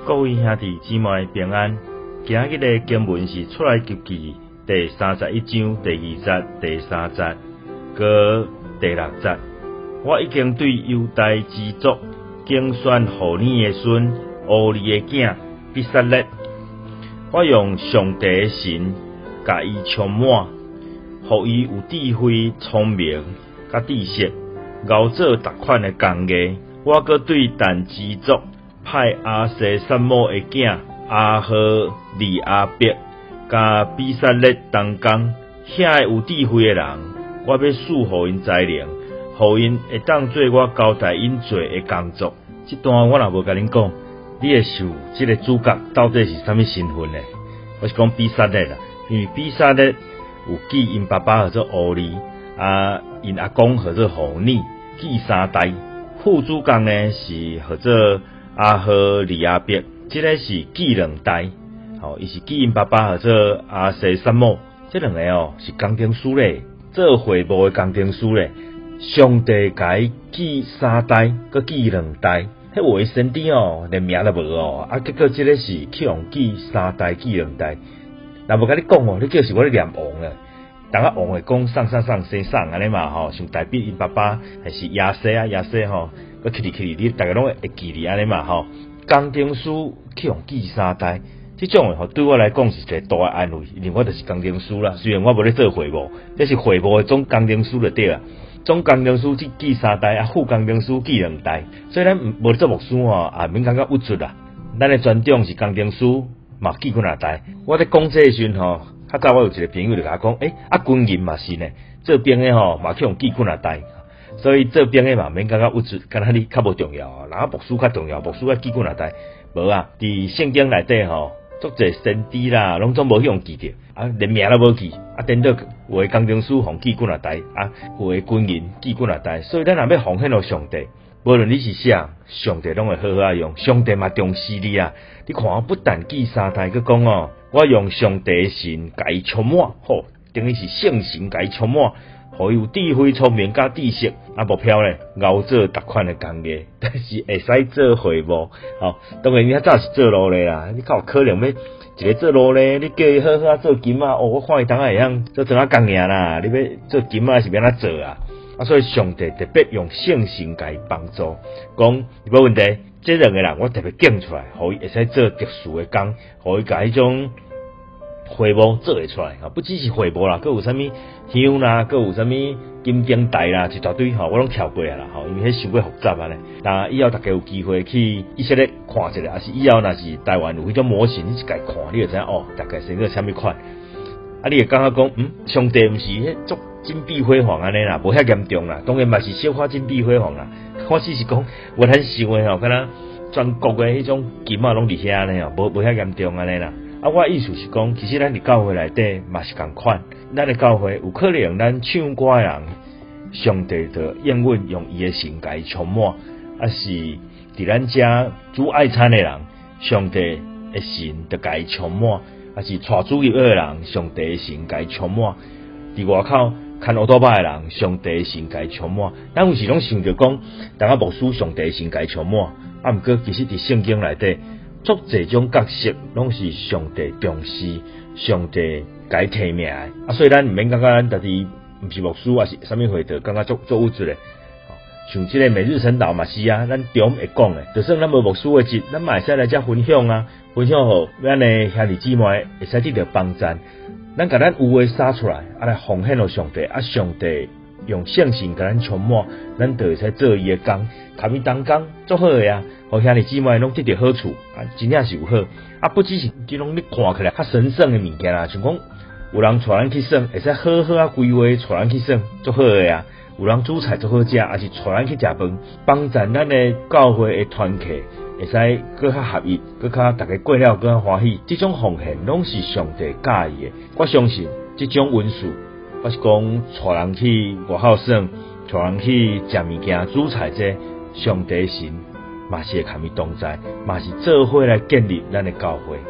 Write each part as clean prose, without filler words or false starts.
各位兄弟姊妹平安。今日的经文是出埃及记第31章第2节、第3节，和第6节。我已经对犹大之族竞选互你的孙乌利的囝比撒勒，我用上帝的神甲伊充满，互伊有智慧、聪明甲知识，熬做逐款的工艺。我阁对但之族派亚西撒母的囝阿荷利阿伯甲比撒勒同工，遐有智慧的人，我要赐互因才能，互因会当做我交代因做的工作。这段我若无甲恁讲，你会想这个主角到底是啥物身份呢？我是讲比撒勒啦，因为比撒勒有记因爸爸号做乌利，因阿公号做何尼，记三代。副主角呢是号做阿荷利阿伯，这个是记两代。伊是记因爸爸号做亚西撒母，这两个是工程师咧，做会务的工程师咧。上帝甲伊记三代，佮记两代，迄话身体连名都无结果这个是去用记三代、记两代。若无甲你讲你叫是我咧念王咧。当王会讲送生送安尼嘛像代表因爸爸还是亚西佮去你大家拢会记哩安尼嘛工程师去用记三代，这种的对我来讲是一个大的安慰，因为我就是工程师啦。虽然我无咧做会务，这是会务的总工程师就对啦。总工程师记三代，副工程师记两代，所以咱无做牧师免感觉郁卒啦。咱的专长是工程师，嘛记几若代。我咧讲这时阵较早我有一个朋友就甲我讲，军人嘛是呢，做兵的嘛去用记几若代，所以做兵的嘛免感觉郁卒，敢若你较无重要然后牧师较重要，牧师要记几若代，无伫圣经内底足侪先知啦，拢总无去用记着连名都无记等到有的工程师互记几若代有的军人记几若代，所以咱若要奉献互上帝，无论你是啥，上帝拢会好好用，上帝嘛重视你啊！你看我不但记三代，佮讲我用上帝神甲伊充满，等于是圣神甲伊充满，互伊有智慧、聪明甲知识目标咧，熬做逐款的工艺，但是会使做会务当然你较早是做奴隶啦，你较有可能要一个做奴隶，你叫伊好好做金我看伊当下会晓做怎工尔啦，你要做金是要安怎做所以上帝特别用圣神甲伊帮助，讲无问题，这两个人我特别拣出来，互伊会使做特殊的工，互伊甲迄种会务做会出来不只是会务啦，佮有啥物香啦，佮有啥物金经台啦，一大堆我拢跳过啦因为迄伤过复杂咧。那以后大家有机会去以色列看一下，还是以后若是台湾有迄种模型，你一概看，你就知影大概是个啥物款。你会感觉讲上帝毋是迄足金碧辉煌安尼啦，无遐严重啦，当然嘛是小可金碧辉煌啦。我只是讲我咱想的敢若全国的迄种金拢伫遐呢无遐严重安尼啦。我意思是讲，其实咱伫教会内底嘛是共款，咱的教会有可能咱唱歌的人，上帝就应允用伊的神甲伊充满，是伫咱遮煮爱餐的人，上帝的神就甲伊充满。是带主业的人，上帝的神甲伊充满；伫外口牵乌托邦的人，上帝的神甲伊充满。咱有时拢想着讲，当牧师上帝的神甲伊充满，毋过其实伫圣经内底，足侪种角色拢是上帝重视、上帝甲伊提名的所以咱毋免感觉咱家己毋是牧师，还是啥物会得感觉足郁卒咧。像这个每日晨祷嘛是咱中会讲的，就算咱无牧师的节，咱嘛会使来遮分享分享互咱的兄弟姊妹会使得到帮助。咱甲咱有诶撒出来，来奉献互上帝，上帝用圣神甲咱充满，咱就会使做伊诶工，堪伊当工足好诶互兄弟姊妹拢得到好处真正是有好不只是这种你看起来较神圣诶物件啦，像讲有人带咱去耍，会使好好规划带咱去耍，足好诶有人煮菜足好食，还是带咱去食饭，帮助咱的教会的团契，会使更较合一，更较大家过了更较欢喜。这种奉献拢是上帝喜意的。我相信这种恩赐，我是讲带人去外口耍，带人去食物件、煮菜这，上帝神嘛是会堪伊同在，嘛是做伙来建立咱的教会。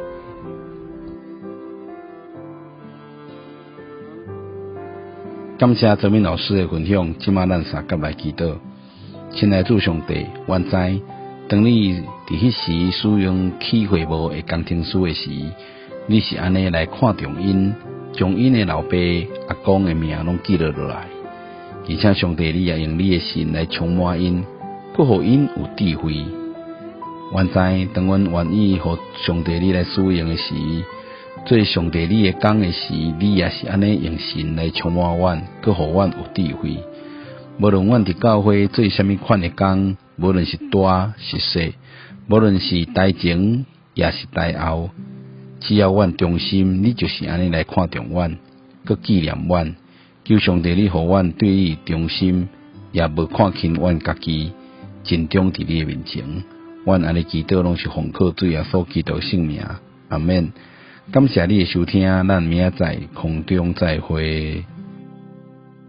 感谢周明老师的分享，今仔咱三甲来祈祷。亲爱的主上帝，愿知当你伫迄时使用起会无的工程师的时，你是安尼来看重因，将因的老爸、阿公的名拢记录落来，而且上帝你也用你的心来充满因，搁互因有智慧。原知当阮愿意互上帝你来使用的时，做上帝你的工的时，你也是安尼用心来充满阮，搁互阮有智慧。无论阮伫教会做啥物款的工，无论是大是小，无论是台前也是台后，只要阮忠心，你就是安尼来看重阮，搁纪念阮。求上帝你互阮对你忠心，也无看轻阮家己，尽忠伫你的面前。阮安尼祈祷拢是奉靠主耶稣基督圣名，阿免。感谢你的收听，咱明仔载空中再会。